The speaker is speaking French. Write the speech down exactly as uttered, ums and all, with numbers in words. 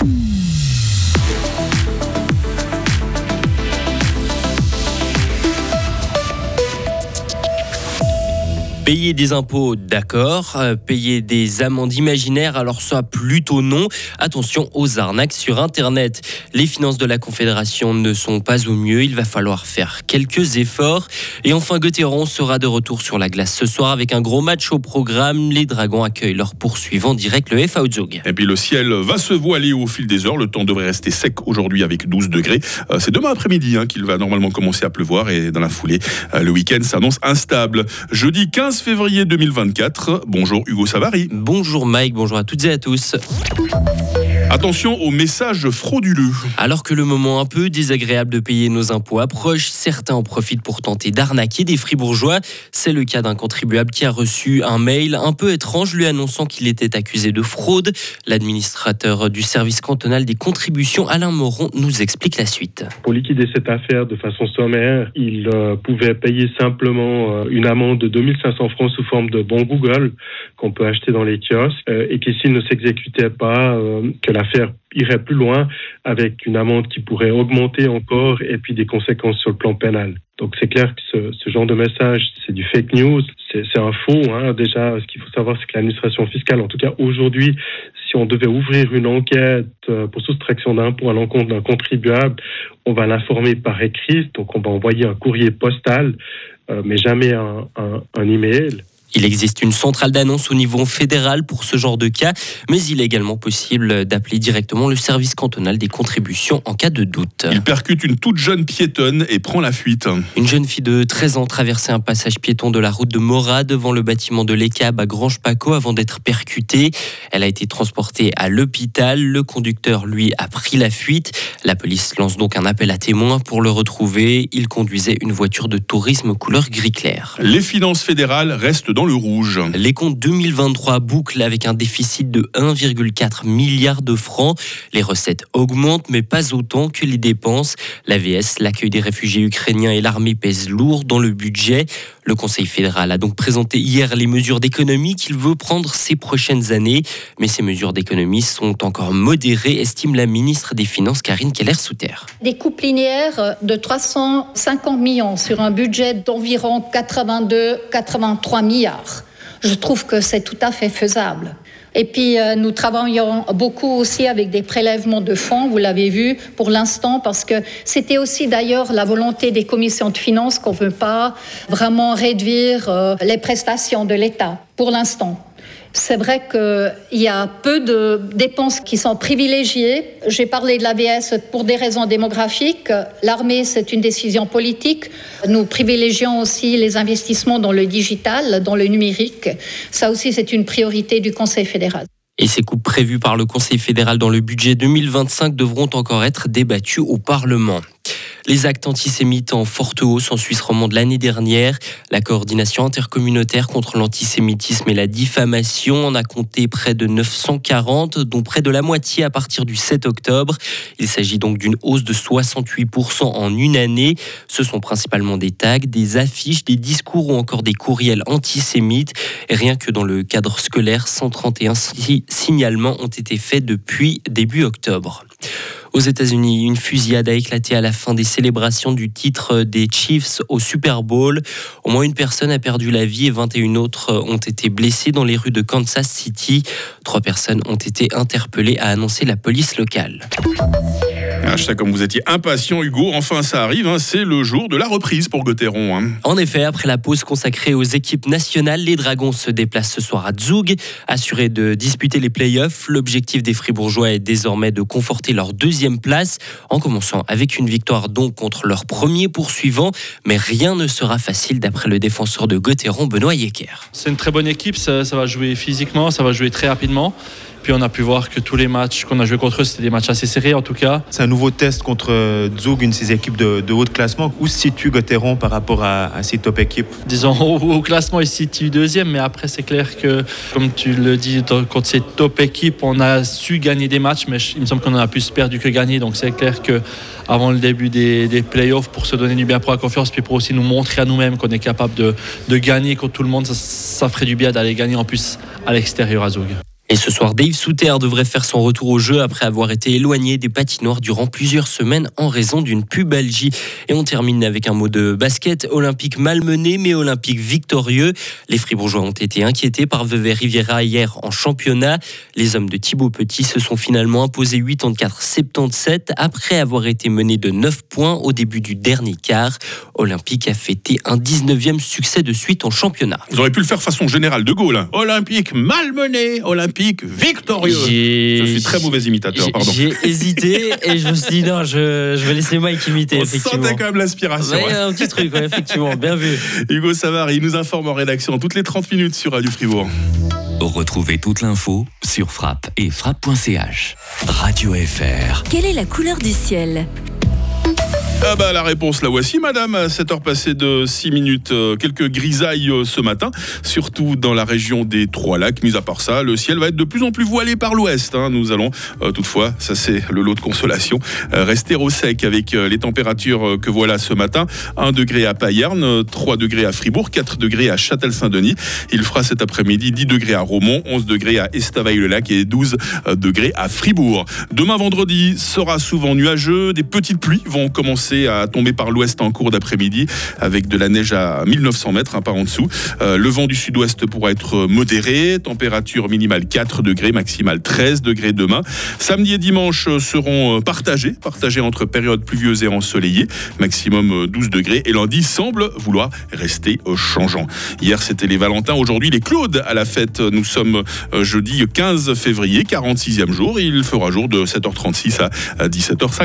Payer des impôts, d'accord. Euh, payer des amendes imaginaires, alors ça plutôt non. Attention aux arnaques sur Internet. Les finances de la Confédération ne sont pas au mieux. Il va falloir faire quelques efforts. Et enfin, Gauthieron sera de retour sur la glace ce soir avec un gros match au programme. Les Dragons accueillent leur poursuivant direct, le F A Zug. Et puis le ciel va se voiler au fil des heures. Le temps devrait rester sec aujourd'hui avec douze degrés. Euh, c'est demain après-midi hein, qu'il va normalement commencer à pleuvoir. Et dans la foulée, euh, le week-end s'annonce instable. Jeudi quinze février deux mille vingt-quatre. Bonjour Hugo Savary. Bonjour Mike, bonjour à toutes et à tous. Attention aux messages frauduleux. Alors que le moment un peu désagréable de payer nos impôts approche, certains en profitent pour tenter d'arnaquer des fribourgeois. C'est le cas d'un contribuable qui a reçu un mail un peu étrange lui annonçant qu'il était accusé de fraude. L'administrateur du service cantonal des contributions, Alain Moron, nous explique la suite. Pour liquider cette affaire de façon sommaire, il euh, pouvait payer simplement euh, une amende de deux mille cinq cents francs sous forme de bon Google qu'on peut acheter dans les kiosques euh, et que s'il ne s'exécutait pas, euh, que l'affaire irait plus loin avec une amende qui pourrait augmenter encore et puis des conséquences sur le plan pénal. Donc c'est clair que ce, ce genre de message, c'est du fake news, c'est, c'est un faux. Hein. Déjà, ce qu'il faut savoir, c'est que l'administration fiscale, en tout cas aujourd'hui, si on devait ouvrir une enquête pour soustraction d'impôts à l'encontre d'un contribuable, on va l'informer par écrit, donc on va envoyer un courrier postal, euh, mais jamais un, un, un email. Il existe une centrale d'annonce au niveau fédéral pour ce genre de cas, mais il est également possible d'appeler directement le service cantonal des contributions en cas de doute. Il percute une toute jeune piétonne et prend la fuite. Une jeune fille de treize ans traversait un passage piéton de la route de Morat devant le bâtiment de l'E C A B à Grange-Paco avant d'être percutée. Elle a été transportée à l'hôpital. Le conducteur, lui, a pris la fuite. La police lance donc un appel à témoins pour le retrouver. Il conduisait une voiture de tourisme couleur gris clair. Les finances fédérales restent dans le rouge. Les comptes deux mille vingt-trois bouclent avec un déficit de un virgule quatre milliard de francs. Les recettes augmentent, mais pas autant que les dépenses. L'A V S, l'accueil des réfugiés ukrainiens et l'armée pèsent lourd dans le budget. Le Conseil fédéral a donc présenté hier les mesures d'économie qu'il veut prendre ces prochaines années. Mais ces mesures d'économie sont encore modérées, estime la ministre des Finances, Karine Keller-Souter. Des coupes linéaires de trois cent cinquante millions sur un budget d'environ quatre-vingt-deux à quatre-vingt-trois milliards. Je trouve que c'est tout à fait faisable. Et puis, euh, nous travaillons beaucoup aussi avec des prélèvements de fonds, vous l'avez vu pour l'instant, parce que c'était aussi d'ailleurs la volonté des commissions de finances qu'on ne veut pas vraiment réduire euh, les prestations de l'État pour l'instant. C'est vrai qu'il y a peu de dépenses qui sont privilégiées. J'ai parlé de l'A V S pour des raisons démographiques. L'armée, c'est une décision politique. Nous privilégions aussi les investissements dans le digital, dans le numérique. Ça aussi, c'est une priorité du Conseil fédéral. Et ces coupes prévues par le Conseil fédéral dans le budget deux mille vingt-cinq devront encore être débattues au Parlement. Les actes antisémites en forte hausse en Suisse romande l'année dernière. La coordination intercommunautaire contre l'antisémitisme et la diffamation en a compté près de neuf cent quarante, dont près de la moitié à partir du sept octobre. Il s'agit donc d'une hausse de soixante-huit pour cent en une année. Ce sont principalement des tags, des affiches, des discours ou encore des courriels antisémites. Et rien que dans le cadre scolaire, cent trente et un signalements ont été faits depuis début octobre. Aux États-Unis, une fusillade a éclaté à la fin des célébrations du titre des Chiefs au Super Bowl. Au moins une personne a perdu la vie et vingt et une autres ont été blessées dans les rues de Kansas City. Trois personnes ont été interpellées, a annoncé la police locale. Hashtag comme vous étiez impatient, Hugo. Enfin, ça arrive, hein. C'est le jour de la reprise pour Gauthieron. Hein. En effet, après la pause consacrée aux équipes nationales, les Dragons se déplacent ce soir à Zug. Assurés de disputer les play-offs, l'objectif des Fribourgeois est désormais de conforter leur deuxième place, en commençant avec une victoire donc contre leur premier poursuivant. Mais rien ne sera facile d'après le défenseur de Gauthieron, Benoît Yecker. C'est une très bonne équipe, ça, ça va jouer physiquement, ça va jouer très rapidement. Puis on a pu voir que tous les matchs qu'on a joués contre eux, c'était des matchs assez serrés en tout cas. C'est un nouveau test contre Zug, une de ces équipes de, de haut de classement. Où se situe Gauthieron par rapport à, à ces top équipes? Disons, au, au classement, il se situe deuxième, mais après c'est clair que, comme tu le dis, contre ces top équipes, on a su gagner des matchs, mais il me semble qu'on en a plus perdu que gagné. Donc c'est clair qu'avant le début des, des play-offs, pour se donner du bien pour la confiance, puis pour aussi nous montrer à nous-mêmes qu'on est capable de, de gagner contre tout le monde, ça, ça ferait du bien d'aller gagner en plus à l'extérieur à Zug. Et ce soir, Dave Souter devrait faire son retour au jeu après avoir été éloigné des patinoires durant plusieurs semaines en raison d'une pubalgie. Et on termine avec un mot de basket. Olympique malmené, mais Olympique victorieux. Les Fribourgeois ont été inquiétés par Vevey Riviera hier en championnat. Les hommes de Thibaut Petit se sont finalement imposés quatre-vingt-quatre à soixante-dix-sept après avoir été menés de neuf points au début du dernier quart. Olympique a fêté un dix-neuvième succès de suite en championnat. Vous auriez pu le faire façon générale de Gaulle. Hein. Olympique malmené, Olympique victorieux. J'ai... Je suis très mauvais imitateur, j'ai... pardon. J'ai hésité et je me suis dit non, je, je vais laisser Mike imiter. On effectivement. sentait quand même l'inspiration. Ouais, un petit truc, ouais, effectivement, bien vu. Hugo Savary nous informe en rédaction toutes les trente minutes sur Radio Fribourg. Retrouvez toute l'info sur Frappe et frappe point c h. Radio F R. Quelle est la couleur du ciel ? Ah bah la réponse la voici madame, à sept heures passées de six minutes, euh, quelques grisailles euh, ce matin, surtout dans la région des Trois-Lacs. Mis à part ça, le ciel va être de plus en plus voilé par l'ouest. Hein. Nous allons euh, toutefois, ça c'est le lot de consolation, euh, rester au sec avec euh, les températures euh, que voilà ce matin. un degré à Payerne, euh, trois degrés à Fribourg, quatre degrés à Châtel-Saint-Denis. Il fera cet après-midi dix degrés à Romont, onze degrés à Estavayer-le-Lac et douze euh, degrés à Fribourg. Demain vendredi sera souvent nuageux, des petites pluies vont commencer à tomber par l'ouest en cours d'après-midi avec de la neige à mille neuf cents mètres, hein, par en dessous. Euh, le vent du sud-ouest pourra être modéré, température minimale quatre degrés, maximale treize degrés demain. Samedi et dimanche seront partagés, partagés entre périodes pluvieuses et ensoleillées, maximum douze degrés. Et lundi semble vouloir rester changeant. Hier c'était les Valentins, aujourd'hui les Claudes à la fête. Nous sommes jeudi quinze février, quarante-sixième jour. Il fera jour de sept heures trente-six à dix-sept heures cinquante.